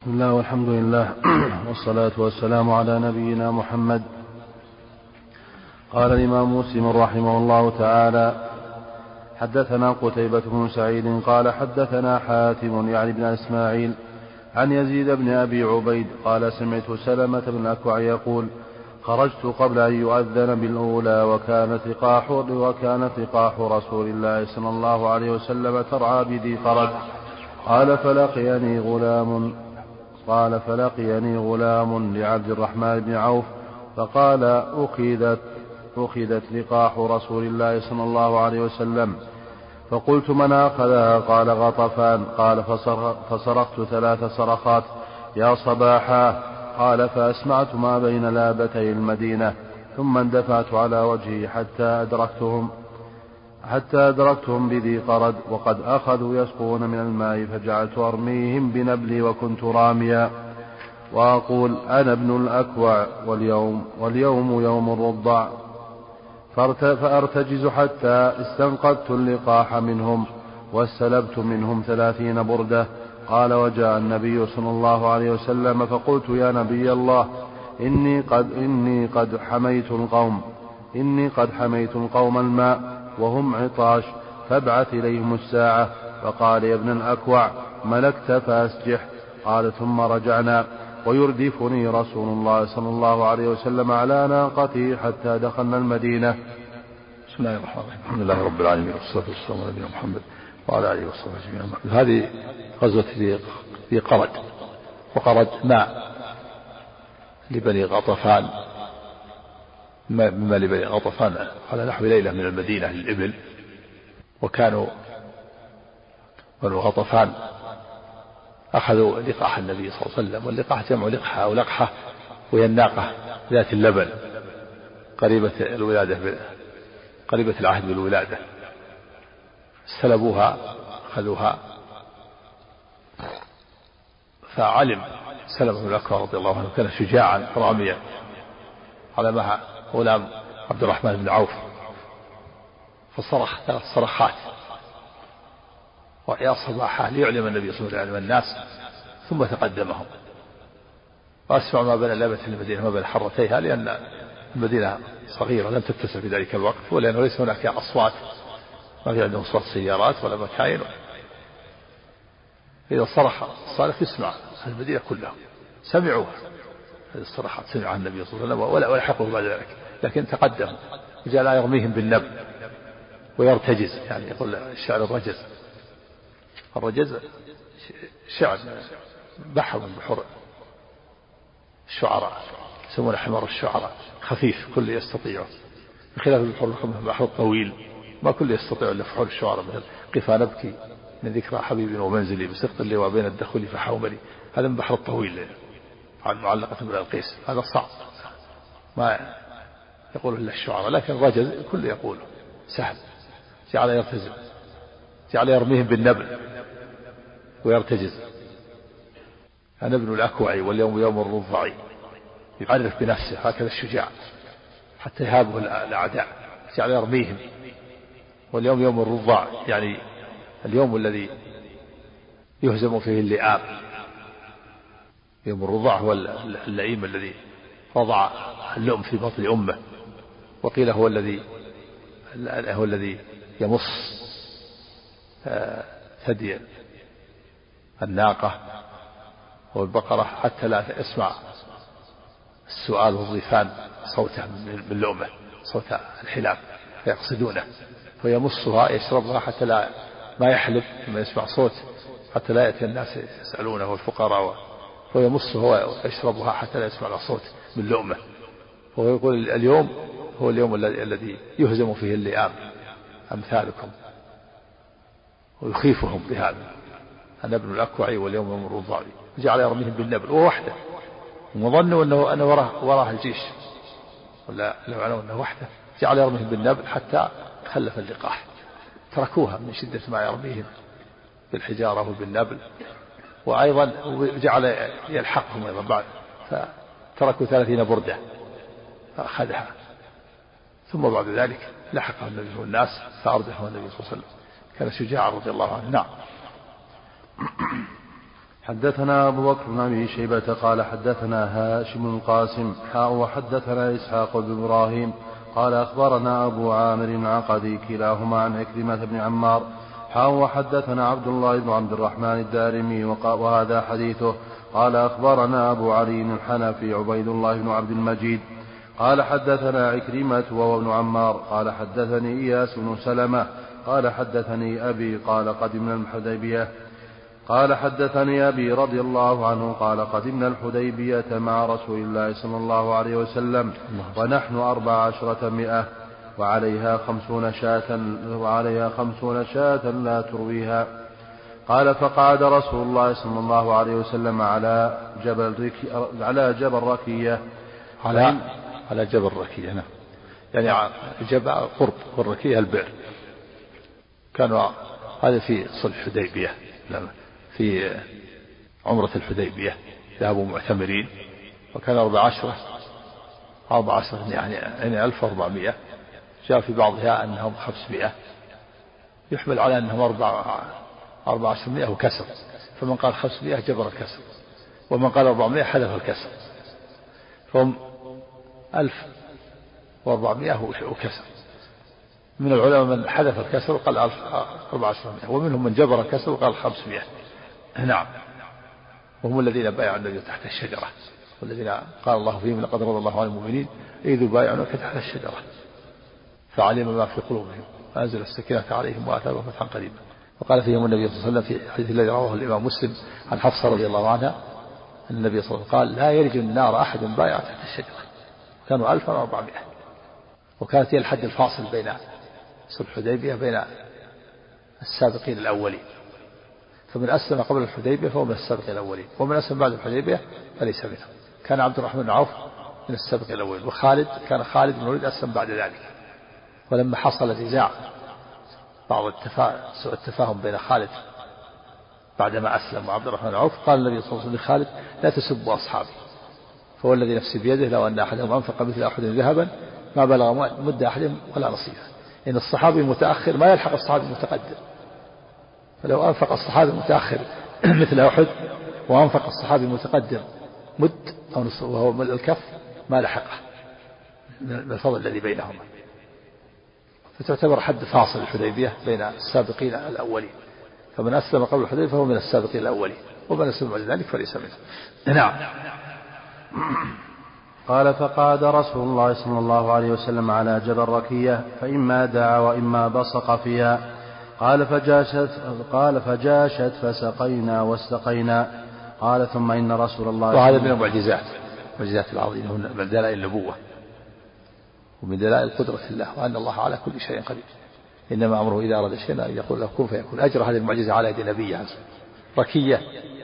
بسم الله والحمد لله والصلاة والسلام على نبينا محمد. قال الإمام مسلم رحمه الله تعالى: حدثنا قتيبة بن سعيد قال حدثنا حاتم يعني بن إسماعيل عن يزيد بن أبي عبيد قال: سمعت سلمة بن الأكوع يقول: خرجت قبل أن يؤذن بالأولى وكانت لقاح رسول الله صلى الله عليه وسلم ترعى بذي قرد. قال فلقيني غلام لعبد الرحمن بن عوف فقال: أخذت لقاح رسول الله صلى الله عليه وسلم. فقلت: من أخذها؟ قال: غطفان. قال: فصرخت 3 صرخات: يا صباحا. قال: فأسمعت ما بين لابتي المدينة، ثم اندفعت على وجهي حتى أدركتهم بذي قرد، وقد أخذوا يسقون من الماء، فجعلت أرميهم بنبلي وكنت راميا، وأقول: أنا ابن الأكوع واليوم يوم الرضع. فأرتجز حتى استنقذت اللقاح منهم واستلبت منهم 30 بردة. قال: وجاء النبي صلى الله عليه وسلم فقلت: يا نبي الله، إني قد حميت القوم الماء وهم عطاش، فابعث إليهم الساعة. فقال: يا ابن الأكوع، ملكت فأسجح. قال: ثم رجعنا ويردفني رسول الله صلى الله عليه وسلم على ناقته حتى دخلنا المدينة. بسم الله الرحمن الرحيم. الحمد لله رب العالمين، والصلاة والسلام على نبينا محمد وعلى آله وصحبه أجمعين. هذه غزوة ذي قرد، وقرد ماء لبني غطفان، مما لبني غطفان على نحو ليلة من المدينة للإبل. وكانوا بنو غطفان أخذوا لقاح النبي صلى الله عليه وسلم، واللقاح جمع لقحة أو لقحة، وهي الناقة ذات اللبن قريبة العهد بالولادة. استلبوها أخذوها، فعلم سلمة بن الأكوع رضي الله عنه كان شجاعا راميا على معه غلام عبد الرحمن بن عوف، فصرخ 3 صرخات: ويا صباحا، ليعلم النبي صلى الله عليه وسلم الناس. ثم تقدمهم، وأسمع ما بين لابة المدينة ما بين حرتيها، لأن المدينة صغيرة لم تتسع في ذلك الوقت، ولأنه ليس هناك أصوات، ما في عندهم صوت سيارات ولا مكاين. إذا صرخ الصارخ يسمع المدينة كلها، سمعوها هذه الصرخات، سمعها النبي صلى الله عليه وسلم ولحقه بعد ذلك، لكن تقدم وجاء لا يرميهم بالنبل ويرتجز، يعني يقول الشعر الرجز شعر بحر من بحور الشعراء، يسمونه حمار الشعراء، خفيف كل يستطيعه، بخلاف البحر الطويل ما كل يستطيع إلا فحول الشعراء، مثل: قفا نبكي من ذكرى حبيبي ومنزلي بسقط لي وبين الدخول فحوملي. هذا من بحر الطويل عن معلقة بالقيس، هذا صعب ما يقول إلا الشعراء، لكن الرجز كل يقوله سهل. جعل يرميهم بالنبل ويرتجز: أنا ابن الأكوع واليوم يوم الرضع. يعرف بنفسه هكذا الشجاع حتى يهابه الأعداء. جعل يرميهم، واليوم يوم الرضع، يعني اليوم الذي يهزم فيه اللئام. يوم الرضع هو اللئيم الذي رضع اللؤم في بطن أمه، وقيل هو الذي يمص ثدي الناقة والبقرة حتى لا يسمع السؤال والضيفان صوته من لؤمه، صوت الحلاب، فيقصدونه، فيمصها يشربها حتى ما يحلب ثم يسمع صوت، حتى لا يأتي الناس يسألونه والفقراء، فيمصها ويشربها حتى لا يسمع صوت من لؤمه. وهو يقول: اليوم هو اليوم الذي يهزم فيه اللئام أمثالكم، ويخيفهم بهذا: أنا ابن الأكوع واليوم يوم الرضع. جعل يرميهم بالنبل وهو وحده، وظنوا أنه وراه الجيش، ولا لو علموا أنه وحده. جعل يرميهم بالنبل حتى خلف اللقاح، تركوها من شدة ما يرميهم بالحجارة وبالنبل، وأيضا جعل يلحقهم أيضا بعد، فتركوا 30 بردة فأخذها، ثم بعد ذلك لحقه النبي والناس فأردفه النبي صلى الله عليه وسلم. كان شجاعا رضي الله عنه. نعم. حدثنا أبو بكر بن أبي شيبة قال حدثنا هاشم بن القاسم وحدثنا إسحاق بن إبراهيم قال أخبرنا أبو عامر العقدي كلاهما عن عكرمة بن عمار وحدثنا عبد الله بن عبد الرحمن الدارمي وهذا حديثه قال أخبرنا أبو علي الحنفي عبيد الله بن عبد المجيد قال حدثنا عكرمة وهو ابن عمار قال حدثني إياس بن سلمة قال حدثني أبي قال قدمنا الحديبية قال حدثني أبي رضي الله عنه قال قدمنا الحديبية مع رسول الله صلى الله عليه وسلم ونحن 14 وعليها 50 شاة لا ترويها. قال فقعد رسول الله صلى الله عليه وسلم على جبل ركية على جبل ركية نعم، يعني جبل قرب والركية البئر. كانوا هذا في صلح الحديبية في عمرة الحديبية ذهبوا معتمرين، وكان 14 يعني 1400. جاء في بعضها أنهم 500، يحمل على أنهم 1400 وكسر، فمن قال 500 جبر الكسر، ومن قال 400 حذف الكسر، فهم 1400 وكسر. من العلماء من حذف الكسر وقال 1400، ومنهم من جبر الكسر وقال 500. نعم، وهم الذين بايعوا النبي تحت الشجرة، والذين قال الله فيهم لقد رضي الله عن المؤمنين إذ بايعونك تحت الشجرة فعلم ما في قلوبهم فأنزل السكينة عليهم وآتاهم فتحا قريبا. وقال فيهم النبي صلى الله عليه وسلم في الحديث الذي رواه الإمام مسلم عن حفصة رضي الله عنها أن النبي صلى الله عليه وسلم قال لا يلج النار أحد بايع تحت الشجرة. كانوا 1400، وكانت هي الحد الفاصل بين صلح الحديبية بين السابقين الأولين، فمن أسلم قبل الحديبية فهو من السابقين الأولين، ومن أسلم بعد الحديبية فليس منهم. كان عبد الرحمن بن عوف من السابقين الأولين، وخالد كان خالد بن الوليد أسلم بعد ذلك. ولما حصل نزاع بعض سوء التفاهم بين خالد بعدما أسلم وعبد الرحمن بن عوف، قال النبي صلى الله عليه وسلم لخالد لا تسبوا أصحابي، فهو الذي نفسي بيده لو أن أحدهم أنفق مثل أحد ذهبا ما بلغ مد أحدهم ولا نصيفه. إن الصحابي المتأخر ما يلحق الصحابي المتقدم، فلو أنفق الصحابي المتأخر مثل أحد وأنفق الصحابي المتقدم مد أو نصف وهو ملء الكف ما لحقه من الفضل الذي بينهما. فتعتبر حد فاصل الحديبية بين السابقين الأولين، فمن أسلم قبل الحديبية فهو من السابقين الأولين، ومن أسلم بعد ذلك فليس منه. نعم. قال فقعد رسول الله صلى الله عليه وسلم على جبل ركية فإما دعا وإما بصق فيها. قال فجاشت فسقينا واستقينا. قال ثم إن رسول الله، وهذا من المعجزات العظيمة من دلائل النبوة ومن دلائل قدرة الله وأن الله على كل شيء قدير. إنما أمره إذا أراد شيئا أن يقول له كن فيكون. أجرى هذه المعجزة على يد نبيه ركية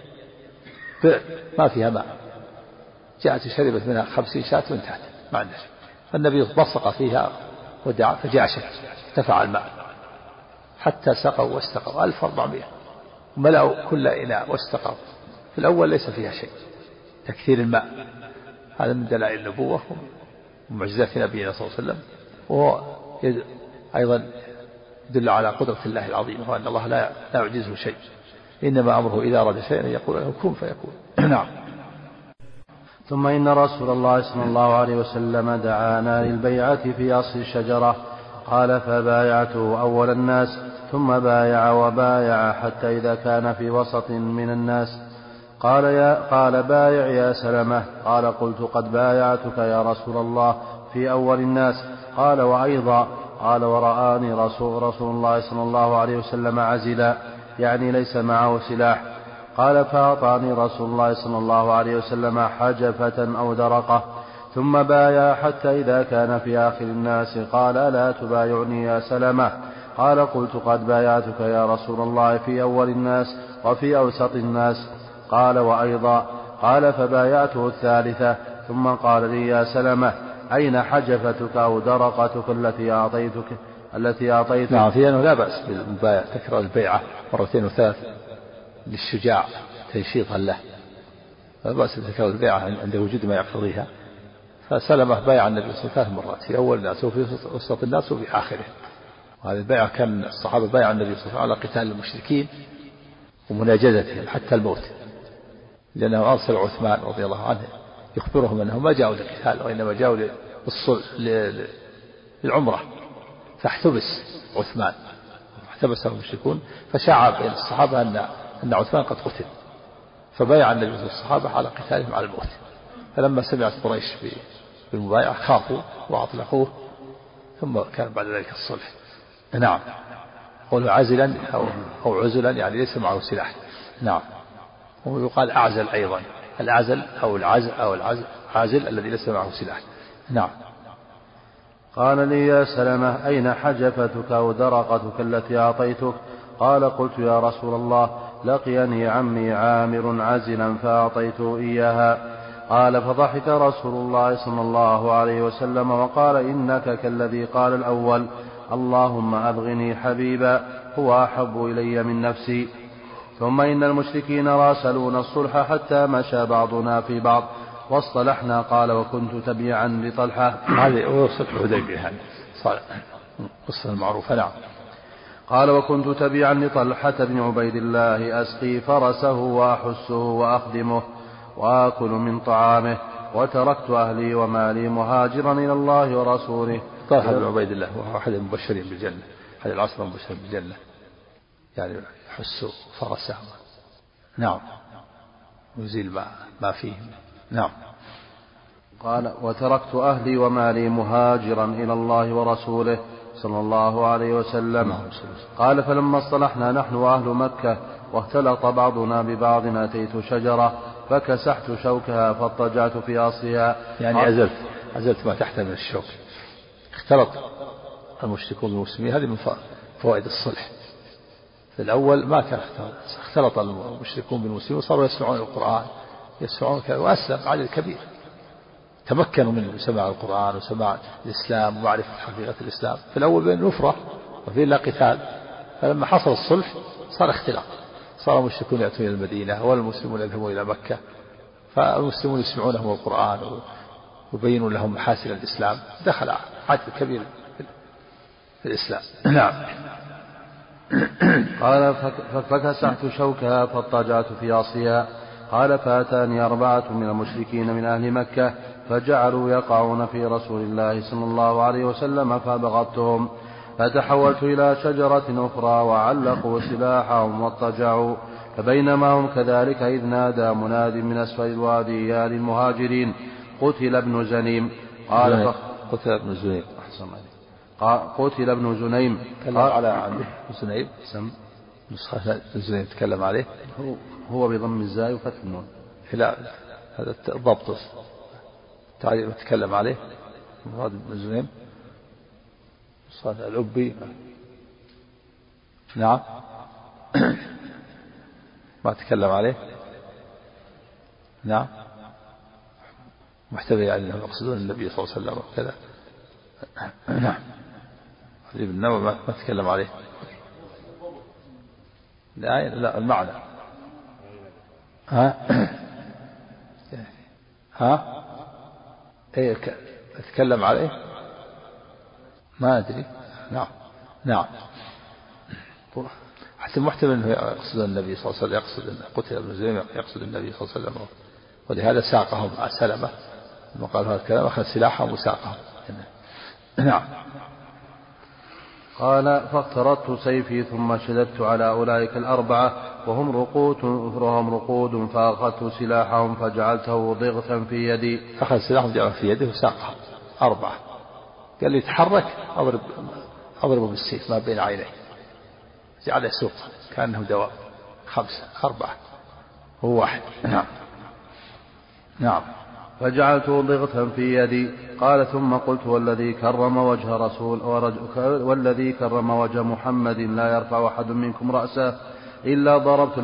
ما فيها ماء، جاءت شربت منها 50 شاة وانتهت ما عندها شيء، فالنبي بصق فيها ودعا فجاشت ارتفع الماء حتى سقوا واستقوا 1400 وملأوا كل إناء واستقوا. في الأول ليس فيها شيء، تكثير الماء هذا من دلائل النبوة ومعجزات نبينا صلى الله عليه وسلم، وهو أيضا يدل على قدرة الله العظيمة وأن الله لا يعجزه شيء. إنما أمره إذا أراد شيئا يقول له كن فيكون. نعم. ثم إن رسول الله صلى الله عليه وسلم دعانا للبيعة في أصل الشجرة. قال فبايعته أول الناس ثم بايع وبايع حتى إذا كان في وسط من الناس قال بايع يا سلمة. قال قلت قد بايعتك يا رسول الله في أول الناس. قال وأيضا. قال ورآني رسول الله صلى الله عليه وسلم عزلا، يعني ليس معه سلاح. قال فأعطاني رسول الله صلى الله عليه وسلم حجفة أو درقة ثم بايع حتى إذا كان في آخر الناس. قال لا تبايعني يا سلمة. قال قلت قد بايعتك يا رسول الله في أول الناس وفي أوسط الناس. قال وأيضا. قال فبايعته الثالثة ثم قال لي يا سلمة أين حجفتك أو درقتك التي أعطيتك؟ نعم، في أنه لا بأس بالمبايع تكرار البيعة مرتين وثلاث للشجاع تنشيطا له، لا بأس بتكرار البيعة عند وجود ما يقتضيها. فسلمة بايع النبي صلى الله عليه وسلم 3 مرات، في أول الناس وفي وسط الناس وفي آخره. وهذه البيعة كان الصحابة بايع النبي صلى الله عليه وسلم على قتال المشركين ومناجزتهم حتى الموت، لأنه أرسل عثمان رضي الله عنه يخبرهم أنهم ما جاءوا للقتال وإنما جاءوا للعمرة، فاحتبس عثمان، احتبسه المشركون، فشاع بين الصحابة أن عثمان قد قتل، فبايع النبي الصحابة على قتالهم على الموت. فلما سمعت قريش بالمبايعة خافوا وأطلقوه، ثم كان بعد ذلك الصلح. نعم. قولوا عزلا أو عزلا يعني ليس معه سلاح. نعم. ويقال أعزل أيضا، الأعزل أو العازل الذي ليس معه سلاح. نعم. قال لي يا سلمة أين حجفتك أو درقتك التي أعطيتك؟ قال قلت يا رسول الله لقيني عمي عامر عزلا فأعطيته إياها. قال فضحك رسول الله صلى الله عليه وسلم وقال إنك كالذي قال الأول اللهم أبغني حبيبا هو أحب إلي من نفسي. ثم إن المشركين راسلون الصلح حتى مشى بعضنا في بعض واصطلحنا. قال وكنت تبيعا لطلحة. هذه هو صلح الحديبية قصة المعروفة. نعم. قال وكنت تبيعا لطلحة بن عبيد الله أسقي فرسه وأحسه وأخدمه وآكل من طعامه وتركت أهلي ومالي مهاجرا إلى الله ورسوله. طلحة بن عبيد الله وهو أحد المبشرين بالجنة، أحد العشرة المبشرين بالجنة، يعني يحس فرسه. نعم. يزيل ما فيه. نعم. قال وتركت أهلي ومالي مهاجرا إلى الله ورسوله صلى الله عليه وسلم. قال فلما اصطلحنا نحن وأهل مكة واختلط بعضنا ببعض أتيت شجرة فكسحت شوكها فاضطجعت في أصلها. يعني أزلت ما تحت من الشوك. اختلط المشركون بالمسلمين، هذه من فوائد الصلح. في الأول ما كان اختلط المشركون بالمسلمين وصاروا يسمعون القرآن، يسمعون وأسلم عدد كبير، تمكنوا من سماع القرآن وسماع الإسلام ومعرفة حقيقة الإسلام. في الأول بين نفرة وفي لا قتال، فلما حصل الصلح صار اختلاط، صار المشركون يأتون إلى المدينة والمسلمون يذهبون إلى مكة، فالمسلمون يسمعون لهم القرآن ويبينون لهم محاسن الإسلام، دخل عدد كبير في الإسلام. نعم. قال فكسحت شوكها فاضطجعت في عصيها. قال فأتاني 4 من المشركين من أهل مكة فجعلوا يقعون في رسول الله صلى الله عليه وسلم فبغضتهم، فتحولت إلى شجرة أخرى وعلقوا سلاحهم واضطجعوا. فبينما هم كذلك إذ نادى مناد من أسفل الوادي يا للمهاجرين قتل ابن زنيم. قال قتل ابن زنيم. قتل ابن زنيم. تكلم على عنده زنيم نسخة زنيم تكلم عليه هو بضم الزاي وفتح النون. لا هذا الضبط تعالى تكلم عليه مراد بن زنيم صاد الأبي. نعم. ما تكلم عليه. نعم. محتوي يعني يقصدون النبي صلى الله عليه وسلم وكذا. نعم. ابن النووي ما تكلم عليه. لا المعنى. ايه اتكلم عليه ما ادري. نعم. حتى محتمل انه يقصد النبي صلى الله عليه وسلم، يقصد ان قتل ابن زنيم يقصد النبي صلى الله عليه وسلم، ولهذا ساقهم سلمة لما قال هذا الكلام أخذ سلاحهم وساقهم. نعم. قال فاقترضت سيفي ثم شددت على أولئك 4 وهم رقود فأخذت سلاحهم فجعلته ضغثا في يدي. أخذ سلاحهم جعله في يده وساقهم 4. قال لي تحرك أضربه بالسيف ما بين عينيه، جعله يسوق كأنه دواب. 5 4 هو 1. نعم. فجعلته ضغثا في يدي. قال ثم قلت والذي كرم وجه محمد لا يرفع أحد منكم رأسه إلا ضربت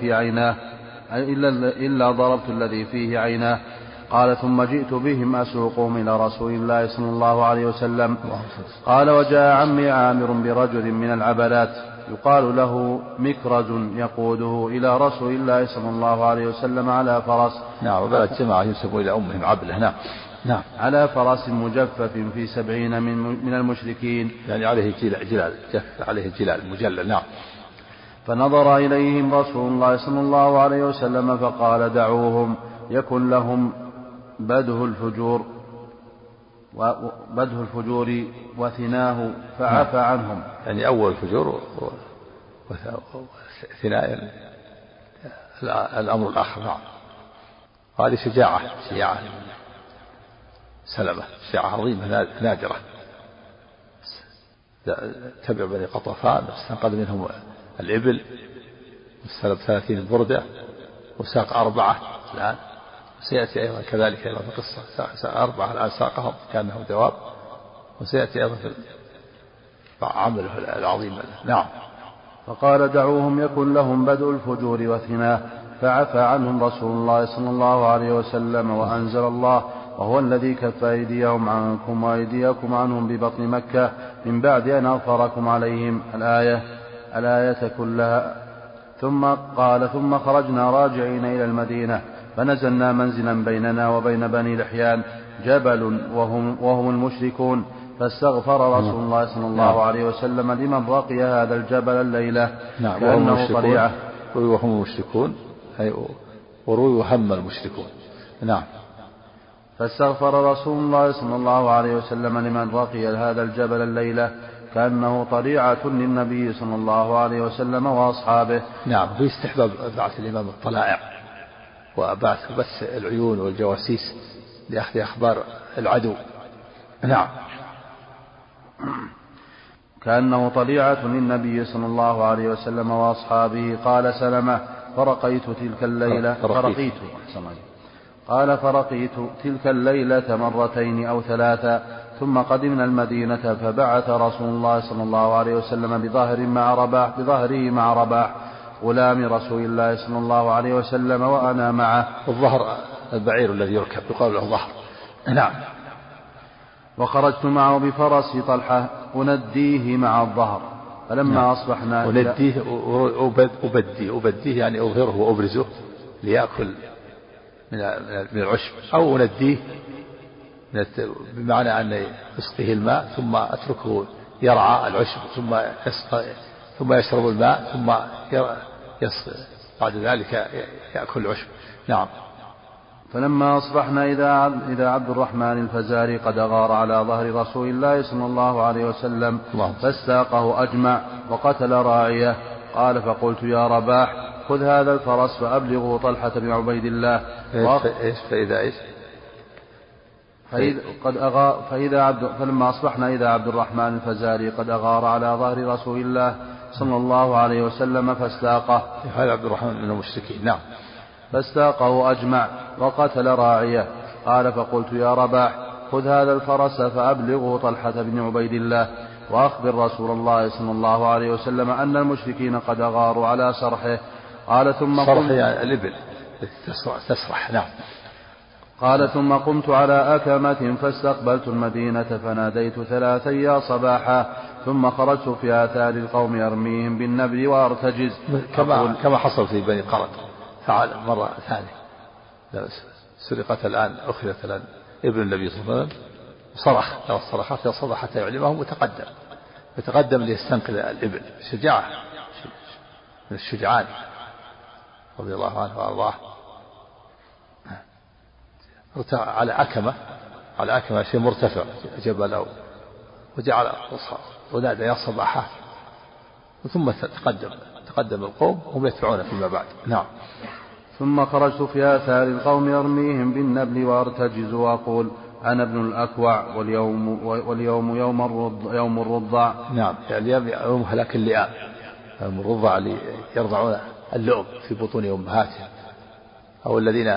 الذي فيه عيناه. قال ثم جئت بهم أسوقهم إلى رسول الله صلى الله عليه وسلم. قال وجاء عمي عامر برجل من العبلات يقال له مكرز يقوده إلى رسول الله صلى الله عليه وسلم على فرس. نعم. وبلغ جماعة ينسبوا إلى أمهم عبلة. نعم. على فرس مجفف في 70 من المشركين، يعني عليه جلال عليه جلال مجلل. نعم. فنظر إليهم رسول الله صلى الله عليه وسلم فقال دعوهم يكن لهم بده الفجور وثناه فعفى عنهم. يعني أول الفجور وثناء الأمر الآخر. نعم. هذه شجاعة سلمة، شجاعة عظيمة نادرة. تبع بني قطفان استنقذ منهم الإبل واستلب 30 بردة وساق 4 الآن، وسيأتي أيضا كذلك أيضا في قصة 4 الآن ساقهم كأنهم دواب، وسيأتي أيضا في عمله العظيم. نعم. فقال دعوهم يكن لهم بدء الفجور وثناه فعفى عنهم رسول الله صلى الله عليه وسلم، وأنزل الله وهو الذي كف أيديهم عنكم وأيديكم عنهم ببطن مكة من بعد أن أظفركم عليهم الآية كلها. ثم قال ثم خرجنا راجعين إلى المدينة فنزلنا منزلا بيننا وبين بني لحيان جبل وهم المشركون، فاستغفر رسول الله صلى الله عليه وسلم لمن رقي هذا الجبل الليلة كأنه طليعة. وهم المشركون وروي وهم المشركون. نعم. فاستغفر رسول الله صلى الله عليه وسلم لمن رقي هذا الجبل الليلة كأنه طليعة للنبي صلى الله عليه وسلم وأصحابه. نعم. في استحباب بعث الإمام الطلائع وبعث بث العيون والجواسيس لأخذ أخبار العدو. نعم. كأنه طليعة للنبي صلى الله عليه وسلم وأصحابه. قال سلمة فرقيت تلك الليلة فرقيت تلك الليلة مرتين أو 3 ثم قدمنا المدينة فبعث رسول الله صلى الله عليه وسلم بظهره مع رباح غلام رسول الله صلى الله عليه وسلم وأنا معه. الظهر البعير الذي يركب يقال له ظهر. نعم. وخرجت معه بفرس طلحة أنديه مع الظهر فلما أصبحنا أنديه أبديه يعني أظهره وأبرزه ليأكل من العشب، أو أنديه بمعنى أن يسقيه الماء ثم أتركه يرعى العشب ثم يشرب الماء ثم بعد ذلك يأكل العشب. نعم. فلما أصبحنا إذا عبد الرحمن الفزاري قد غار على ظهر رسول الله صلى الله عليه وسلم فاستاقه أجمع وقتل راعيه. قال فقلت يا رباح خذ هذا الفرس فأبلغه طلحة بن عبيد الله. فلما أصبحنا إذا عبد الرحمن الفزاري قد أغار على ظهر رسول الله صلى الله عليه وسلم فاستاقه. هذا عبد الرحمن من المشركين. نعم. فاستاقه أجمع وقتل راعيه. قال فقلت يا رباح خذ هذا الفرس فأبلغه طلحة بن عبيد الله وأخبر رسول الله صلى الله عليه وسلم أن المشركين قد أغاروا على صرحه. قال ثم صرح يعني الإبل تسرح. نعم. قال ثم قمت على أكمة فاستقبلت المدينة فناديت 3 يا صباحا ثم خرجت في آثار القوم أرميهم بالنبل وأرتجز كما حصل في بني قرد. فعل مرة ثانية سرقت الآن أخذت الآن ابن النبي صلى الله عليه وسلم صرخ الصرخات يصرخ حتى يعلمهم وتقدم ليستنقذ الإبل. شجاعة من الشجعان رضي الله عنه وأرضاه. على أكمة شيء مرتفع جبل وجعل ونادى يا صباحا ثم تقدم القوم هم يتبعون فيما بعد. نعم. ثم خرجت في آثار القوم أرميهم بالنبل وأرتجز وأقول أنا ابن الأكوع واليوم يوم الرضع. نعم. يعني يوم هلاك اللئام، يوم الرضع اللي يرضعون اللؤم في بطون أمهاتهم، أو الذين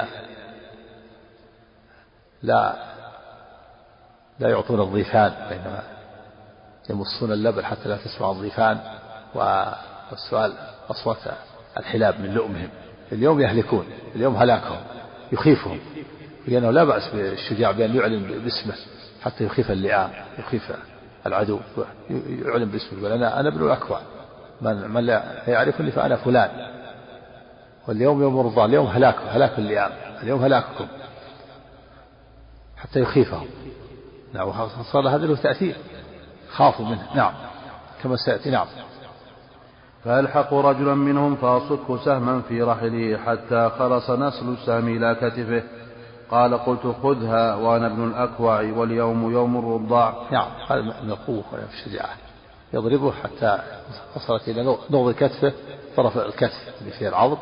لا يعطون الضيفان بينما يمصون اللبن حتى لا تسمع الضيفان، والسؤال أصوات الحلاب من لؤمهم. اليوم يهلكون، اليوم هلاكهم يخيفهم، لأنه لا بأس بالشجاع بأن يعلن باسمه حتى يخيف اللئام يخيف العدو، يعلن باسمه يقول أنا ابن الأكوع، من لا يعرفني فأنا فلان. واليوم يوم الرضا، اليوم هلاك اللئام، اليوم هلاككم حتى يخيفهم. نعم. وصار هذا له تأثير، خافوا منه. نعم. كما سيأتي. نعم. فألحق رجلا منهم فأصك سهما في رحله حتى خلص نسل السهم إلى كتفه. قال قلت خذها وأنا ابن الأكوع واليوم يوم الرضاع. نعم هذا من القوة ومن الشجاعة، يضربه حتى وصلت إلى نوض كتفه، طرف الكتف اللي فيه العضد،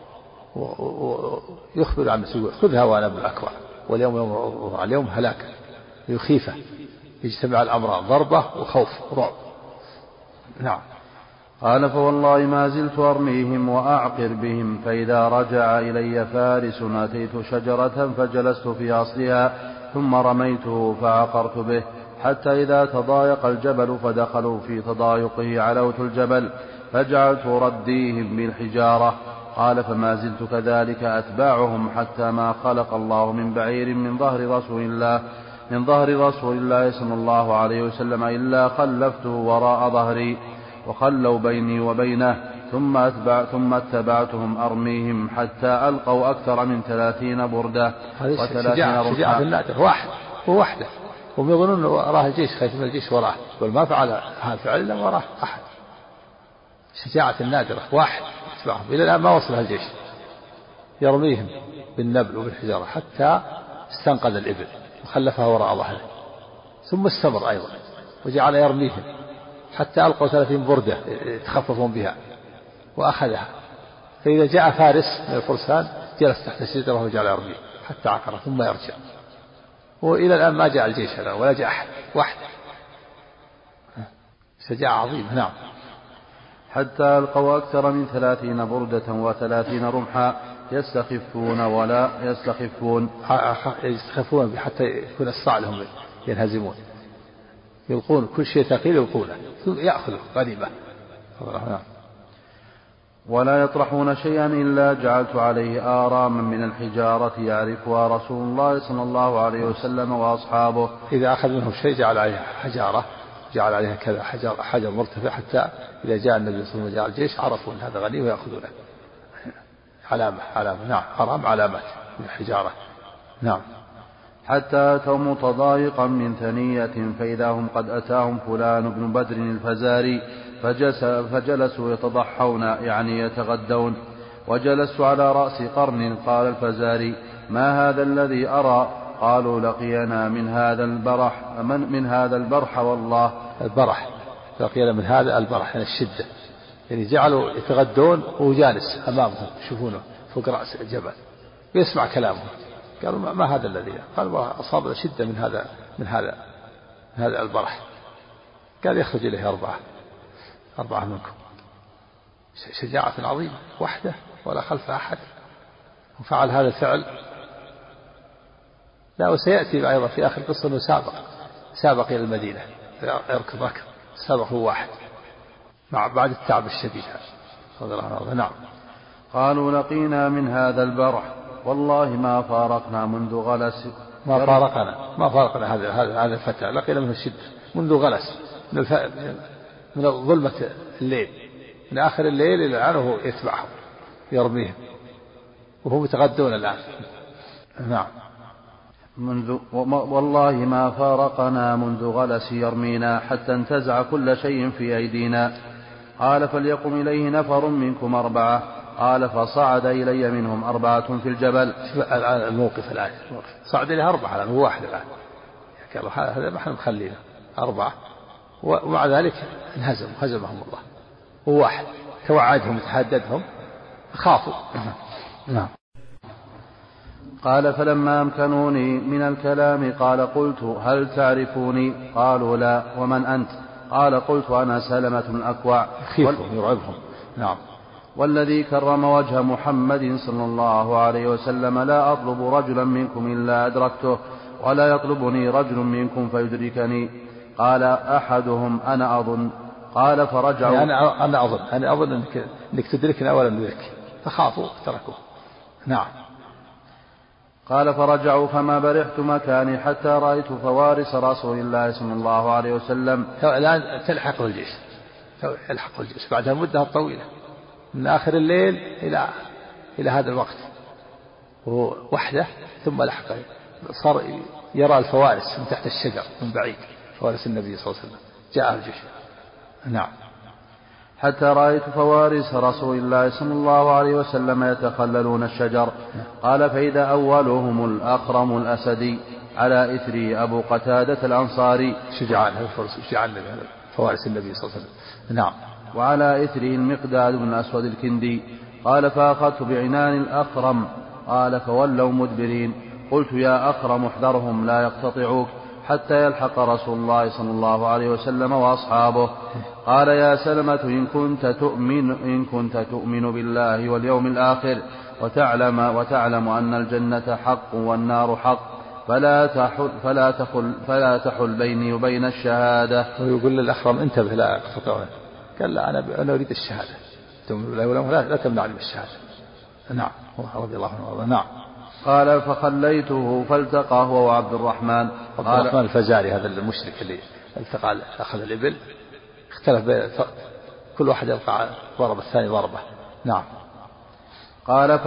ويخبر عن نفسه خذها وأنا ابن الأكوع واليوم يوم الرضاع، اليوم هلاك يخيفه، يجتمع الأمر ضربة وخوف ورعب. نعم. قال فوالله ما زلت أرميهم وأعقر بهم، فإذا رجع إلي فارس أتيت شجرة فجلست في أصلها ثم رميته فعقرت به، حتى إذا تضايق الجبل فدخلوا في تضايقه علوت الجبل فجعلت رديهم بالحجارة. قال فما زلت كذلك أتباعهم حتى ما خلق الله من بعير من ظهر رسول الله صلى الله عليه وسلم إلا خلفته وراء ظهري وخلوا بيني وبينه، ثم اتبعتهم أرميهم حتى ألقوا أكثر من 30 بردة و30 شجاعة النادر، واحد ووحده، هم يظنون وراه الجيش، خايف من الجيش وراه، بل ما فعل هذا الفعل إلا وراه أحد. شجاعة النادرة، واحد يتبعهم إلى الآن ما وصلها الجيش، يرميهم بالنبل وبالحجارة حتى استنقذ الإبل وخلفها وراء ظهره، ثم استمر أيضا وجعل يرميهم حتى ألقوا 30 بردة يتخففون بها وأخذها، فإذا جاء فارس من الفرسان جلس تحت الشجرة وجعل يرميه حتى عقره ثم يرجع، وإلى الآن ما جاء الجيش ولا جاء أحد، واحد. شجاعة عظيمة. نعم. حتى ألقوا أكثر من 30 بردة و30 رمحا يستخفون حتى يكون الصاع لهم ينهزمون، يلقون كل شيء ثقيل يلقونه يأخذه غنيمة. ولا يطرحون شيئا إلا جعلت عليه آراما من الحجارة يعرفها رسول الله صلى الله عليه وسلم وأصحابه. إذا أخذ منهم شيء جعل عليها حجارة، جعل عليها كذا حجر مرتفع، حتى إذا جاء النبي صلى الله عليه وسلم وجاء الجيش عرفوا أن هذا غني ويأخذونه. علامة. نعم. أرام علامات من الحجارة. نعم. حتى أتوا متضايقا من ثنية فإذا هم قد أتاهم فلان بن بدر الفزاري فجلسوا يتضحون يعني يتغدون، وجلست على رأس قرن. قال الفزاري ما هذا الذي أرى؟ قالوا لقينا من هذا البرح والله. البرح لقينا من هذا البرح يعني الشدة، يعني جعلوا يتغدون وجالس أمامهم يشوفونه فوق رأس الجبل ويسمع كلامه. قالوا ما هذا الذي؟ قال أصابنا شدة من هذا البرح. قال يخرج إليه أربعة منكم. شجاعة عظيمة، وحده ولا خلف أحد، وفعل هذا الفعل. لا وسيأتي أيضا في آخر القصة أنه سابق إلى المدينة، يركض سابق هو واحد بعد التعب الشديد. نعم. قالوا لقينا من هذا البرح والله ما فارقنا منذ غلس. ما فارقنا هذا الفتى، لقينا منه الشدة منذ غلس، من ظلمة الليل، من آخر الليل إلى الآن وهو يتبعهم يرميهم وهم يتغدون الآن. نعم. والله ما فارقنا منذ غلس يرمينا حتى انتزع كل شيء في أيدينا. قال فليقم إليه نفر منكم 4. قال فصعد إلي منهم 4 في الجبل. الآن الموقف صعد إليه 4 الآن، هو واحد الآن. قالوا هذا ما احنا مخلينا 4، ومع ذلك هزمهم الله، هو واحد توعدهم وتهددهم خافوا. نعم. قال فلما أمكنوني من الكلام قال قلت هل تعرفوني؟ قالوا لا. ومن أنت؟ قال قلت أنا سلمة بن الأكوع. يرعبهم. نعم. والذي كرم وجه محمد صلى الله عليه وسلم لا أطلب رجلا منكم إلا أدركته ولا يطلبني رجل منكم فيدركني. قال أحدهم أنا أظن. قال فرجعوا. أنا أظن أنك تدركني أولا ندرك، فخافوا تركوا. نعم. قال فرجعوا فما برحت مكاني حتى رأيت فوارس رسول الله صلى الله عليه وسلم. الآن تلحقه الجيش بعد المدة الطويلة من آخر الليل إلى هذا الوقت، وهو وحده. ثم لحقه، صار يرى الفوارس من تحت الشجر من بعيد، فوارس النبي صلى الله عليه وسلم. جاء الجيش. نعم. حتى رأيت فوارس رسول الله صلى الله عليه وسلم يتخللون الشجر. قال فإذا أولهم الأخرم الأسدي على إثره أبو قتادة الأنصاري شجعان فوارس النبي صلى الله عليه وسلم. نعم. وعلى إثره المقداد بن الأسود الكندي. قال فأخذت بعنان الأخرم. قال فولوا مدبرين. قلت يا أخرم احذرهم لا يقتطعوك حتى يلحق رسول الله صلى الله عليه وسلم وأصحابه. قال يا سلمة إن كنت تؤمن بالله واليوم الآخر وتعلم أن الجنة حق والنار حق فلا تحل بيني وبين الشهادة. ويقول للأخرم انتبه لا يقتطعون. قال لا أنا أريد الشهادة. تؤمن بالله واليوم الآخر لا تمنعني من الشهادة. نعم. رضي الله عنه. نعم. قال فخليته فالتقى هو وعبد الرحمن. عبد الرحمن الفزاري هذا المشرك اللي التقى أخذ الإبل اختلف كل واحد يلقى ضرب الثاني ضربة. نعم. قال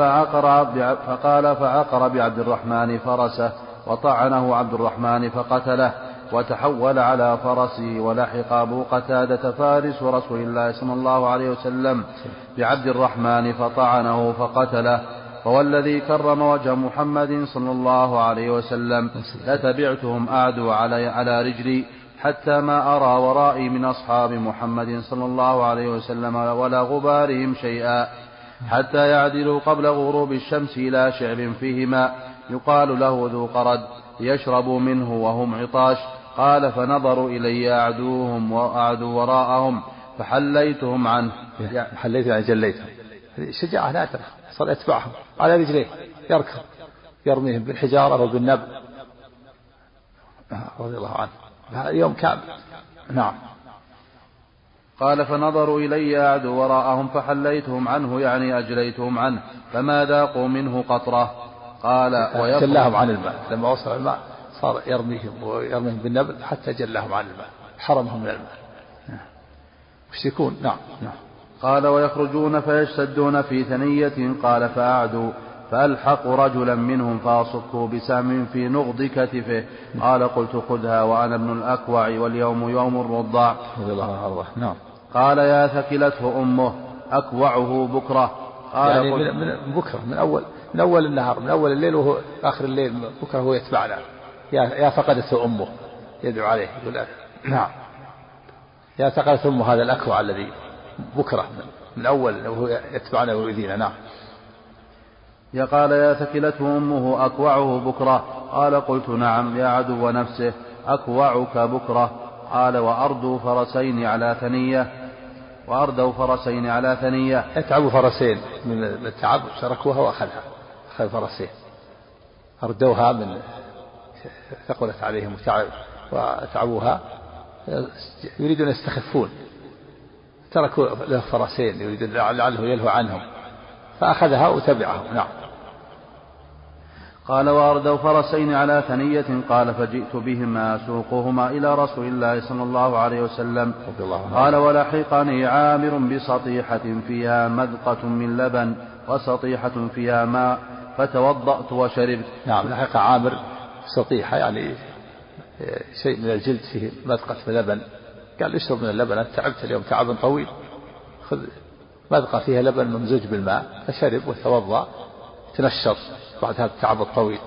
فعقر بعبد الرحمن فرسه وطعنه عبد الرحمن فقتله وتحول على فرسه ولحق أبو قتادة فارس رسول الله صلى الله عليه وسلم بعبد الرحمن فطعنه فقتله. فوالذي كرم وجه محمد صلى الله عليه وسلم لتبعتهم أعدو على رجلي حتى ما أرى ورائي من أصحاب محمد صلى الله عليه وسلم ولا غبارهم شيئا حتى يعدلوا قبل غروب الشمس إلى شعب فيه ماء يقال له ذو قرد يشربوا منه وهم عطاش. قال فنظروا إلي أعدوهم وأعدوا وراءهم فحليتهم عنه. حليتهم يعني جليتهم. شجاعة نادرة. صار يتبعهم على رجليه يركض يرميهم بالحجارة وبالنبل رضي الله عنه. يوم كامل. نعم. قال فنظروا إلي أعدوا وراءهم فحليتهم عنه يعني أجليتهم عنه فما ذاقوا منه قطرة. قال جلاهم عن الماء. لما وصل الماء صار يرميهم بالنبل حتى جلاهم عن الماء حرمهم من الماء. مشركون. نعم. قال ويخرجون فيشتدون في ثنية. قال فأعدوا فألحقوا رجلا منهم فأصكوا بسهم في نغض كتفه. قال قلت خذها وأنا ابن الأكوع واليوم يوم الرضاع. نعم. قال يا ثكلته أمه أكوعه بكرة. قال يعني من بكرة من أول النهار من أول الليل وهو آخر الليل بكرة هو يتبعنا. يا فقدته أمه يدعو عليه يقول نعم يا ثقلته أمه هذا الأكوع الذي بكرة من أول وهو يتبعنا ويؤذينا. نعم. قال يا ثكلته أمه أكوعه بكرة. قال قلت نعم يا عدو نفسه أكوعك بكرة. قال وأردوا فرسين على ثنية اتعبوا فرسين من التعب شركوها وأخذها أخذ فرسين أردوها من ثقلت عليهم وتعبوها يريدون يستخفون تركوا له فرسين يريدون لعله يلهو عنهم فأخذها وتبعهم. نعم. قال وأردوا فرسين على ثنية. قال فجئت بهما أسوقهما إلى رسول الله صلى الله عليه وسلم. قال ولحقني عامر بسطيحة فيها مذقة من لبن وسطيحة فيها ماء فتوضأت وشربت. نعم. لحق عامر بسطيحة يعني شيء من الجلد فيه مذقة من لبن. قال اشرب من اللبن أنت تعبت اليوم تعب طويل خذ مذقة فيها لبن ممزوج بالماء فشرب وتوضأ تنشط بعد هذا التعب الطويل.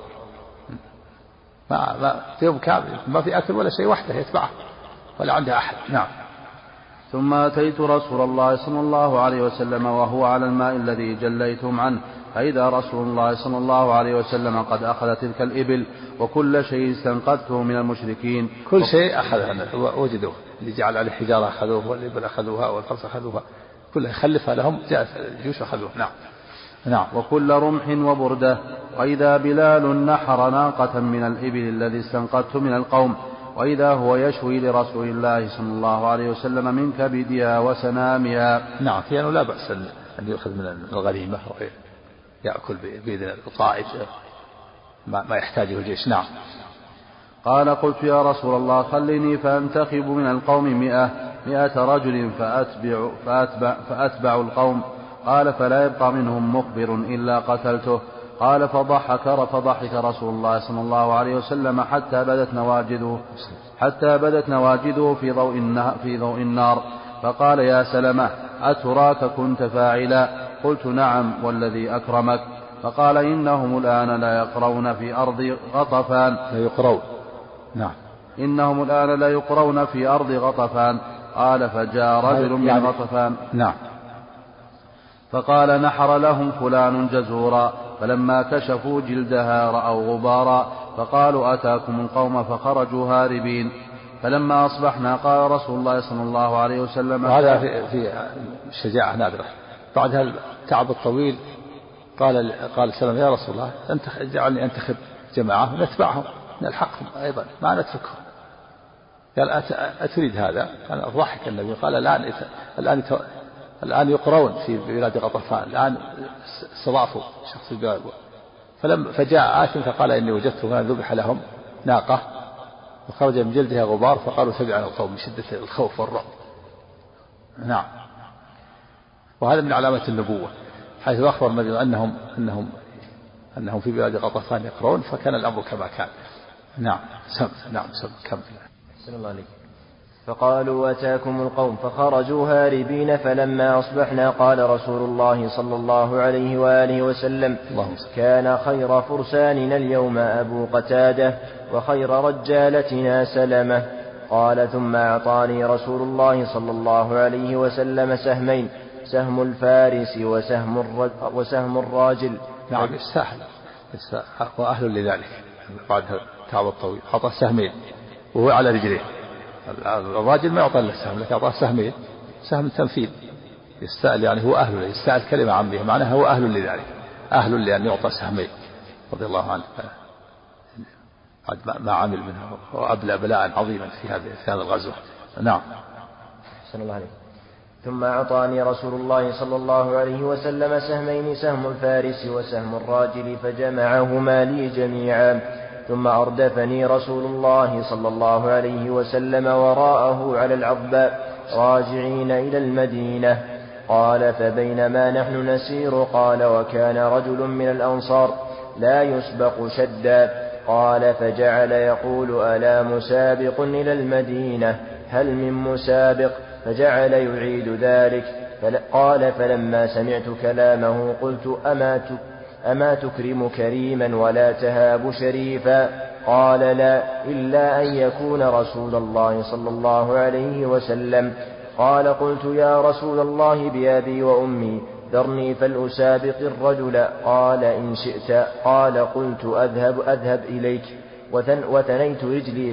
ما في يوم كامل ما في أكل ولا شيء وحده يتبعه ولا عنده أحد. نعم. ثم أتيت رسول الله صلى الله عليه وسلم وهو على الماء الذي جليتم عنه فإذا رسول الله صلى الله عليه وسلم قد أخذ تلك الإبل وكل شيء استنقذته من المشركين. كل شيء أخذها وجدوه اللي جعل عليه حجارة أخذوه والإبل أخذوها والفرس أخذوها كلها خلفها لهم جاءت الجيوش أخذوه. نعم. وكل رمح وبردة. وإذا بلال نحر ناقة من الإبل الذي استنقذت من القوم وإذا هو يشوي لرسول الله صلى الله عليه وسلم من كبدها وسنامها. نعم. في أنه لا بأس أن يأخذ من الغنيمة ويأكل بإذن الطائف ما يحتاجه الجيش. نعم. قال قلت يا رسول الله خلني فأنتخب من القوم 100 رجل فأتبع القوم. قال فلا يبقى منهم مخبر إلا قتلته. قال فضحك رسول الله صلى الله عليه وسلم حتى بدت نواجذه في ضوء النار فقال يا سلمة أتراك كنت فاعلا؟ قلت نعم والذي أكرمك. فقال إنهم الآن لا يقرون في أرض غطفان. لا يقرون. نعم. إنهم الآن لا يقرون في أرض غطفان. قال فجاء رجل من غطفان. نعم. فقال نحر لهم فلان جزورا، فلما كشفوا جلدها رأوا غبارا، فقالوا أتاكم القوم، فخرجوا هاربين. فلما أصبحنا قال رسول الله صلى الله عليه وسلم. وهذا في شجاعة نادرة. بعد التعب الطويل قال سلم يا رسول الله اجعلني أنتخب جماعة ونتبعهم نلحقهم أيضا ما نتركهم. قال أتريد هذا؟ قال ضحك النبي قال الآن يقرون في بلاد غطفان، الآن استضعفوا شخص البلاد. فجاء آت فقال إني وجدت هنا ذبح لهم ناقة وخرج من جلدها غبار، فقالوا تبعنا القوم من شدة الخوف والرعب. نعم. وهذا من علامة النبوة، حيث أخبر النبي أنهم في بلاد غطفان يقرون، فكان الأمر كما كان. نعم. كم. أحسن الله عليك. فقالوا أتاكم القوم، فخرجوا هاربين. فلما أصبحنا قال رسول الله صلى الله عليه وآله وسلم كان خير فرساننا اليوم أبو قتادة وخير رجالتنا سلمة. قال ثم أعطاني رسول الله صلى الله عليه وسلم سهمين، سهم الفارس وسهم الراجل. نعم. يستاهل وأهل لذلك. بعد التعب الطويل أعطى سهمين وهو على رجليه. الراجل ما يعطى له سهم، لكن أعطاه سهمين، سهم تنفيذ. يستاهل يعني هو أهل، يستاهل كلمة عامية معناها هو أهل لذلك، أهل لأن يعطى سهمين رضي الله عنه. ما عمل منه وأبلى بلاء عظيما في هذا الغزوة. نعم. أحسن الله عليك. ثم أعطاني رسول الله صلى الله عليه وسلم سهمين، سهم الفارس وسهم الراجل، فجمعهما لي جميعا. ثم أردفني رسول الله صلى الله عليه وسلم وراءه على العضباء راجعين إلى المدينة. قال فبينما نحن نسير قال وكان رجل من الأنصار لا يسبق شدا. قال فجعل يقول ألا مسابق إلى المدينة؟ هل من مسابق؟ فجعل يعيد ذلك. قال فلما سمعت كلامه قلت أما تكرم كريما ولا تهاب شريفا؟ قال لا إلا أن يكون رسول الله صلى الله عليه وسلم. قال قلت يا رسول الله بأبي وأمي ذرني فلأسابق الرجل. قال إن شئت. قال قلت أذهب إليك. وثنيت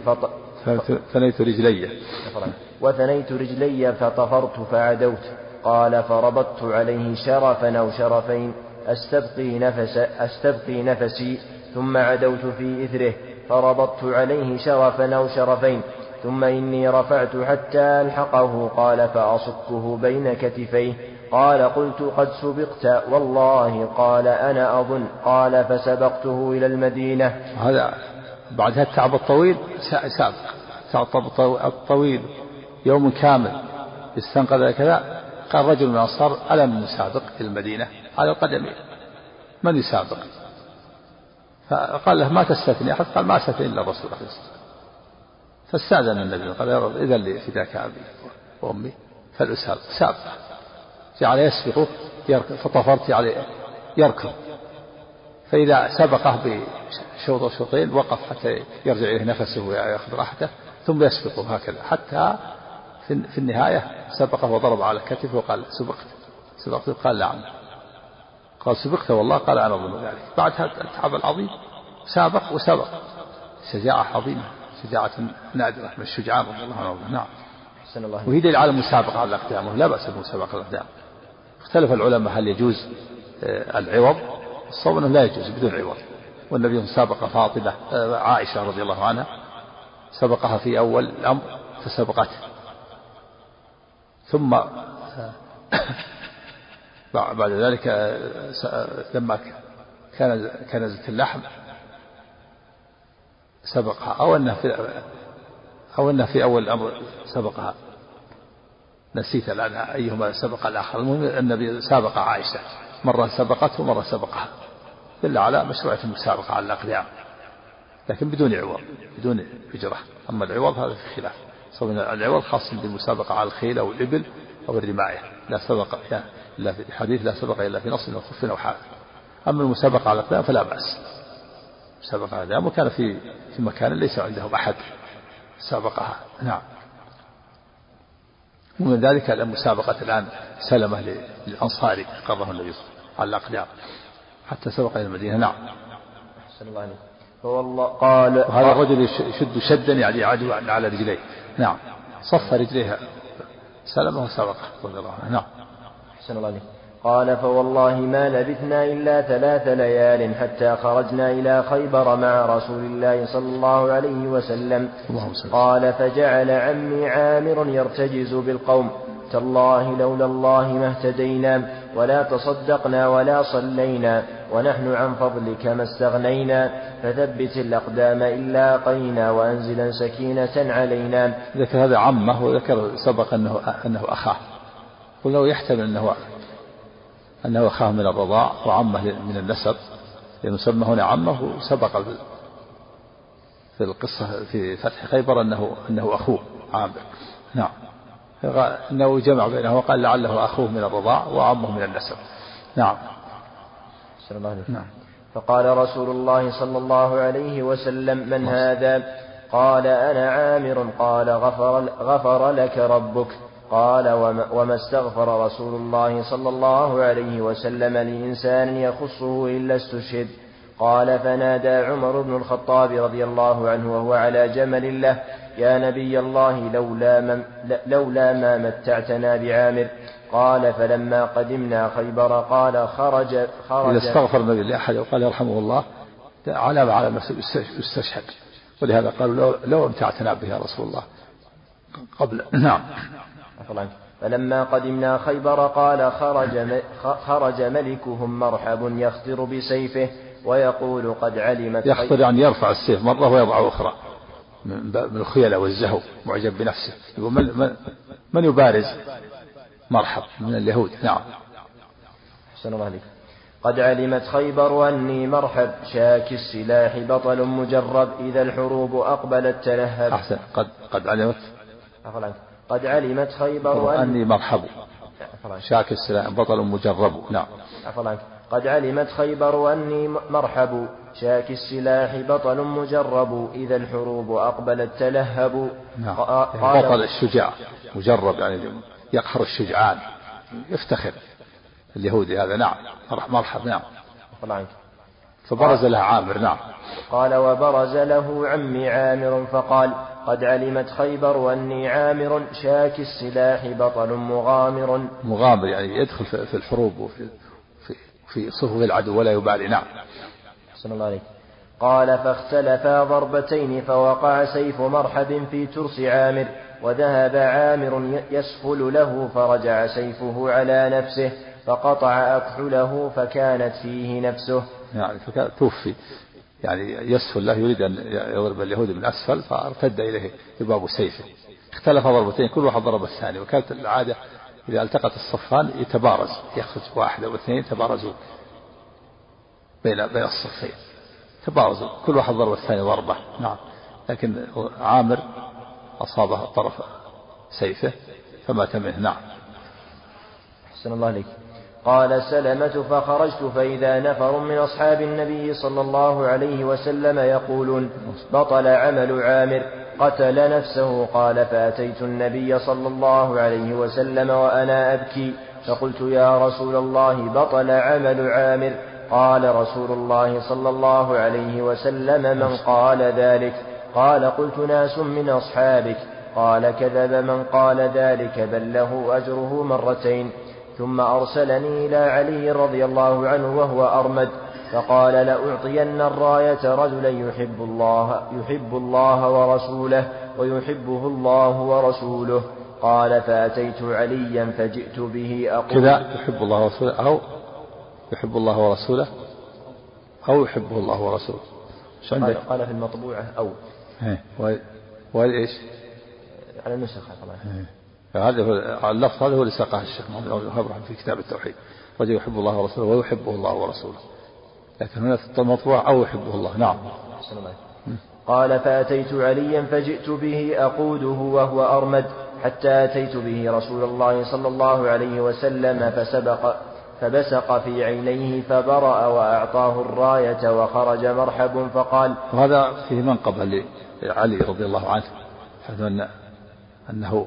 رجلي فطفرت فعدوت. قال فربطت عليه شرفا أو شرفين أستبقي نفسي، ثم عدوت في إثره فربطت عليه شرفا أو شرفين، ثم إني رفعت حتى ألحقه. قال فأصكه بين كتفيه. قال قلت قد سبقت والله. قال أنا أظن. قال فسبقته إلى المدينة. هذا بعد التعب الطويل سابق الطويل يوم كامل استنقذ كذا. قال رجل من الأنصار ألا من مسابق إلى المدينة على القدمين، من يسابق؟ فقال له ما تستثني أحد؟ قال ما استثني إلا الرسول عليه الصلاة والسلام. فاستأذن النبي قال يا رب إذا لي فداك أبي وأمي فلأسابق. سابق جعل يسبقه فطفرت عليه يركض، فإذا سبقه بشوط أو شوطين وقف حتى يرجع إليه نفسه ويأخذ راحته، ثم يسبقه هكذا حتى في النهاية سبقه وضرب على كتفه وقال سبقت. قال نعم. قال سبقت والله. قال أنا أظن ذلك. بعد هذا التعب العظيم سابق شجاعة عظيمة، شجاعة نادرة من الشجعان رضي الله عنه. نعم. وهي دليل على المسابقة على الأقدام، ولا بأس بالمسابقة على الأقدام. اختلف العلماء هل يجوز العوض؟ الصواب أنه لا يجوز بدون عوض. والنبي سابق فاطمة عائشة رضي الله عنها، سبقها في أول الأمر فسبقته، ثم بعد ذلك لما كنزت اللحم سبقها، أو أنه في أول الأمر سبقها، نسيت الآن أيهما سبق الآخر. المهم النبي سابق عائشة، مرة سبقته ومرة سبقها، دل على مشروعية المسابقة على الأقدام، لكن بدون عوض بدون أجرة. أما العوض هذا في خلاف، العوض خاص بالمسابقة على الخيل أو الإبل أو الرماية. لا سبق يعني إلا في حديث لا سبق إلا في نص أو خف أو حال. أما المسابقة على الأقدام فلا بأس. مسابقة على الأقدام وكان في مكان ليس عندهم أحد سابقها. نعم. ومن ذلك المسابقة الآن سلمة للأنصاري قرره النبي على الأقدام حتى سبق إلى المدينة. نعم. أحسن الله عليك. فوالله قال وهذا الرجل يشد شدا يعني يعدو على رجليه. نعم. صف رجليها سلمه وسبقه رضي الله عنه. نعم. أحسن الله عليك. قال فوالله ما لبثنا إلا 3 ليال حتى خرجنا إلى خيبر مع رسول الله صلى الله عليه وسلم. قال فجعل عمي عامر يرتجز بالقوم تالله لولا الله ما اهتدينا ولا تصدقنا ولا صلينا ونحن عن فضلك ما استغنينا فثبت الأقدام إلا لاقينا وأنزلا سكينة علينا. ذكر هذا عمه وذكر سبق أنه أخاه ولو يحتمل أنه أخاه من الرضاع وعمه من النسب لأنه سمى هنا عمه. سبق في القصة في فتح خيبر أنه أخوه عامر. نعم. أنه جمع بينه وقال لعله أخوه من الرضاع وعمه من النسب. نعم. نعم. فقال رسول الله صلى الله عليه وسلم من هذا؟ قال أنا عامر. قال غفر لك ربك. قال وما استغفر رسول الله صلى الله عليه وسلم لإنسان يخصه إلا استشهد. قال فنادى عمر بن الخطاب رضي الله عنه وهو على جمل له يا نبي الله لولا ما متعتنا بعامر. قال فلما قدمنا خيبر قال خرج إذا استغفر النبي لأحد وقال يرحمه الله علامة على نفسه استشهد ولهذا قالوا لو امتعتنا به يا رسول الله قبل. نعم. فلما قدمنا خيبر قال خرج ملكهم مرحب يخطر بسيفه ويقول قد علمت يخطر يعني يرفع السيف مرة ويضع أخرى من الخيلة والزهو معجب بنفسه. يقول من يبارز مرحب من اليهود. نعم. أحسن الله عليك. قد علمت خيبر أني مرحب شاك السلاح بطل مجرب إذا الحروب أقبلت تلهب. أحسن. قد علمت خيبر أني مرحب شاك السلاح بطل مجرب. نعم. قد علمت خيبر أني مرحب شاك السلاح بطل مجرب إذا الحروب أقبلت تلهب. نعم. بطل الشجاع مجرب يعني يقهر الشجعان يفتخر اليهودي هذا. نعم. مرحب. نعم. فبرز له عامر. نعم. قال وبرز له عمي عامر فقال قد علمت خيبر أني عامر شاك السلاح بطل مغامر يعني يدخل في الحروب وفي صفوف العدو ولا يبالي. نعم. صلى الله عليه. قال فاختلفا ضربتين فوقع سيف مرحب في ترس عامر وذهب عامر يسفل له فرجع سيفه على نفسه فقطع أكحله فكانت فيه نفسه. يعني توفي يعني يسفل له يريد أن يضرب اليهود من أسفل فارتد إليه باب سيفه. اختلف ضربتين كل واحد ضرب الثاني وكانت العادة إذا التقت الصفان يتبارز يخرج واحد أو اثنين تبارزوا بين الصفين تبارزوا كل واحد ضرب الثاني ضربة. نعم. لكن عامر أصابه طرف سيفه فمات منه. نعم. أحسن الله عليك. قال سلمة فخرجت فإذا نفر من أصحاب النبي صلى الله عليه وسلم يقولون بطل عمل عامر قتل نفسه. قال فأتيت النبي صلى الله عليه وسلم وأنا أبكي فقلت يا رسول الله بطل عمل عامر. قال رسول الله صلى الله عليه وسلم من قال ذلك؟ قال قلت ناس من أصحابك. قال كذب من قال ذلك بل له أجره مرتين. ثم أرسلني إلى علي رضي الله عنه وهو أرمد فقال لأعطين الراية رجلا يحب الله ورسوله ويحبه الله ورسوله. قال فأتيت عليا فجئت به أقول كذا يحب الله ورسوله أو يحب الله ورسوله أو يحبه الله ورسوله. قال في المطبوعة أو وإيش على النسخة طبعا. هذا اللفظ هذا هو اللي ساقه الشيخ محمد بن وهاب في كتاب التوحيد رجل يحب الله ورسوله ويحبه الله ورسوله. لكن هنا في المطبوع أو يحبه الله. نعم. قال فأتيت عليا فجئت به أقوده وهو أرمد حتى أتيت به رسول الله صلى الله عليه وسلم فبسق في عينيه فبرأ وأعطاه الراية وخرج مرحب فقال. وهذا فيه منقبة لعلي رضي الله عنه، حيث أنه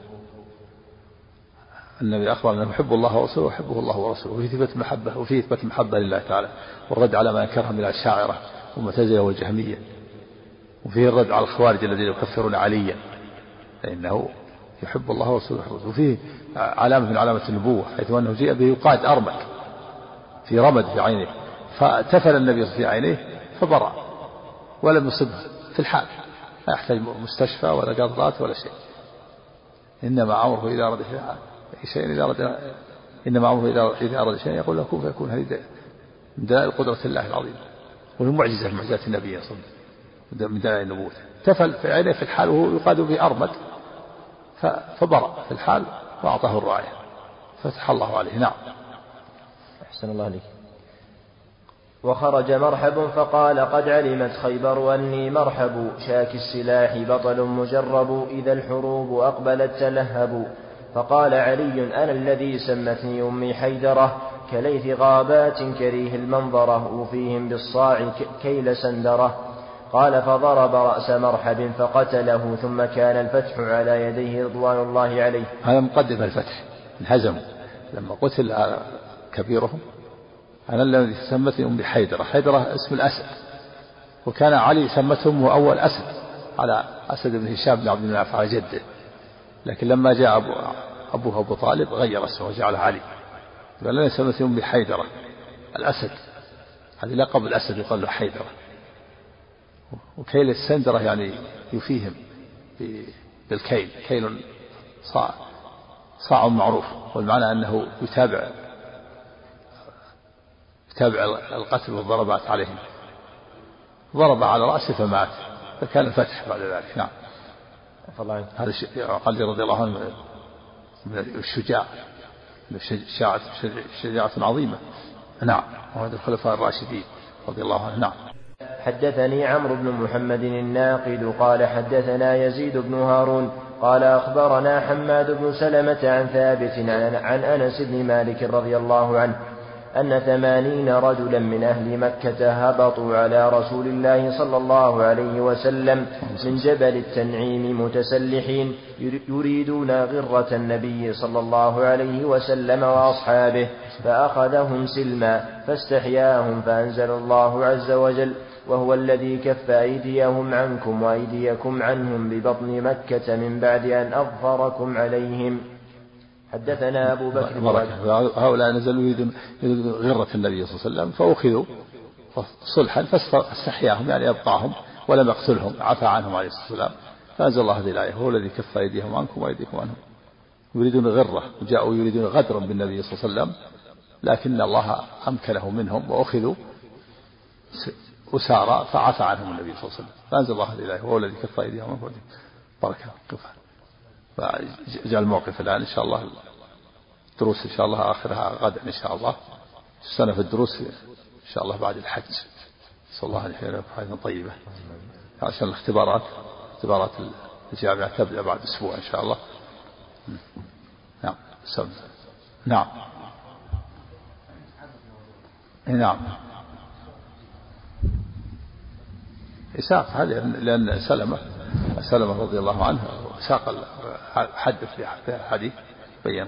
النبي أخبر أنه يحب الله ورسوله ويحبه الله ورسوله، وفيه إثبات محبة لله تعالى، والرد على ما ينكره من الأشاعرة والمعتزلة والجهمية، وفيه الرد على الخوارج الذين يكفرون عليا فإنه يحب الله ورسوله، وفيه علامة من علامة النبوة، حيث أنه جاء به يقاد أرمد في رمد في عينه، فتفل النبي في عينيه فبرأ ولم يصبه في الحال، لا يحتاج مستشفى ولا قطرات ولا شيء. إنما أمره إذا أراد شيئا إذا أراد شيئا يقول له كن فيكون. هذه من دلائل قدرة الله العظيم، وهي معجزة من معجزات النبي صلى الله عليه وسلم، من دلائل النبوة. تفل في عينيه في الحال وهو يقاد به أرمد، فبرأ في الحال وأعطاه الراية فتح الله عليه. نعم. أحسن الله عليك. وخرج مرحب فقال قد علمت خيبر أني مرحب شاك السلاح بطل مجرب إذا الحروب أقبلت تلهب. فقال علي أنا الذي سمتني أمي حيدرة كليث غابات كريه المنظرة أوفيهم بالصاع كيل سندرة. قال فضرب رأس مرحب فقتله ثم كان الفتح على يديه رضوان الله عليه. هذا مقدم الفتح، انهزموا لما قتل كبيرهم. أنا الذي سمتني أمي حيدرة، حيدرة اسم الأسد، وكان علي سمتهم هو أول أسد على أسد بن هشام بن عبد المناف على جده، لكن لما جاء أبوه أبو طالب غير اسمه وجعله علي، قال أنا سمتني أمي حيدرة الأسد، هذه لقب الأسد يقال له حيدرة. وكيل السندرة يعني يفيهم بالكيل، كيل صاع معروف، والمعنى أنه يتابع القتل والضربات عليهم. ضرب على رأسه فمات، فكان الفتح بعد ذلك. نعم. هذا علي رضي الله عنه من الشجاع، شجاعة عظيمة. نعم. وهذا الخلفاء الراشدين رضي الله عنه. نعم. حدثني عمرو بن محمد الناقد قال حدثنا يزيد بن هارون قال أخبرنا حماد بن سلمة عن ثابت عن أنس بن مالك رضي الله عنه أن 80 رجلا من أهل مكة هبطوا على رسول الله صلى الله عليه وسلم من جبل التنعيم متسلحين يريدون غرة النبي صلى الله عليه وسلم وأصحابه، فأخذهم سلما فاستحياهم فأنزل الله عز وجل وهو الذي كف أيديهم عنكم وأيديكم عنهم ببطن مكة من بعد أن أظفركم عليهم. حدثنا أبو بكر. هؤلاء نزلوا يريدون غرة النبي صلى الله عليه وسلم فأخذوا صلحا فاستحياهم يعني يبقاهم ولم يقتلهم، عفى عنهم عليه الصلاة والسلام، فأنزل الله هذه الآية هو الذي كف أيديهم عنكم وأيديكم عنهم. يريدون غرة، وجاءوا يريدون غدرا بالنبي صلى الله عليه وسلم، لكن الله أمكنه منهم وأخذوا أسارى فعفى عنهم النبي صلى الله عليه وسلم، فأنزل الله هذه الآية هو الذي كف أيديهم عنكم وأيديكم. بركة قفا. فجعل الموقف الآن إن شاء الله، الدروس إن شاء الله آخرها غدا إن شاء الله، السنة في الدروس إن شاء الله بعد الحج، صلى الله عليه وسلم حياة طيبة، عشان اختبارات الجامعة تبدأ بعد أسبوع إن شاء الله. نعم. نعم. نعم. إساق هذه لأن سلمة رضي الله عنه ساق حدث في حديث بيان،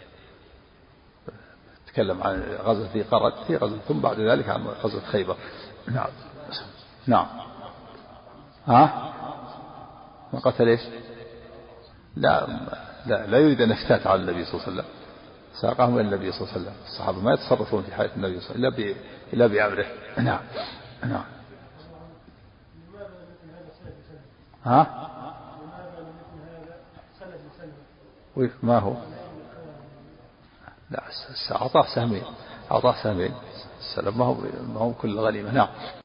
تكلم عن غزوة ذي قرد في غزوة، ثم بعد ذلك عن غزوة خيبر. نعم. نعم. ما قتل إيش؟ لا يريد أن يفتات على النبي صلى الله عليه وسلم، ساقهم إلى النبي صلى الله عليه وسلم. الصحابة ما يتصرفون في حياة النبي صلى الله عليه وسلم إلا بأمره. نعم. نعم. ما هو؟ لا أعطاه سهمين السلام، ما هو كل غنيمة. نعم.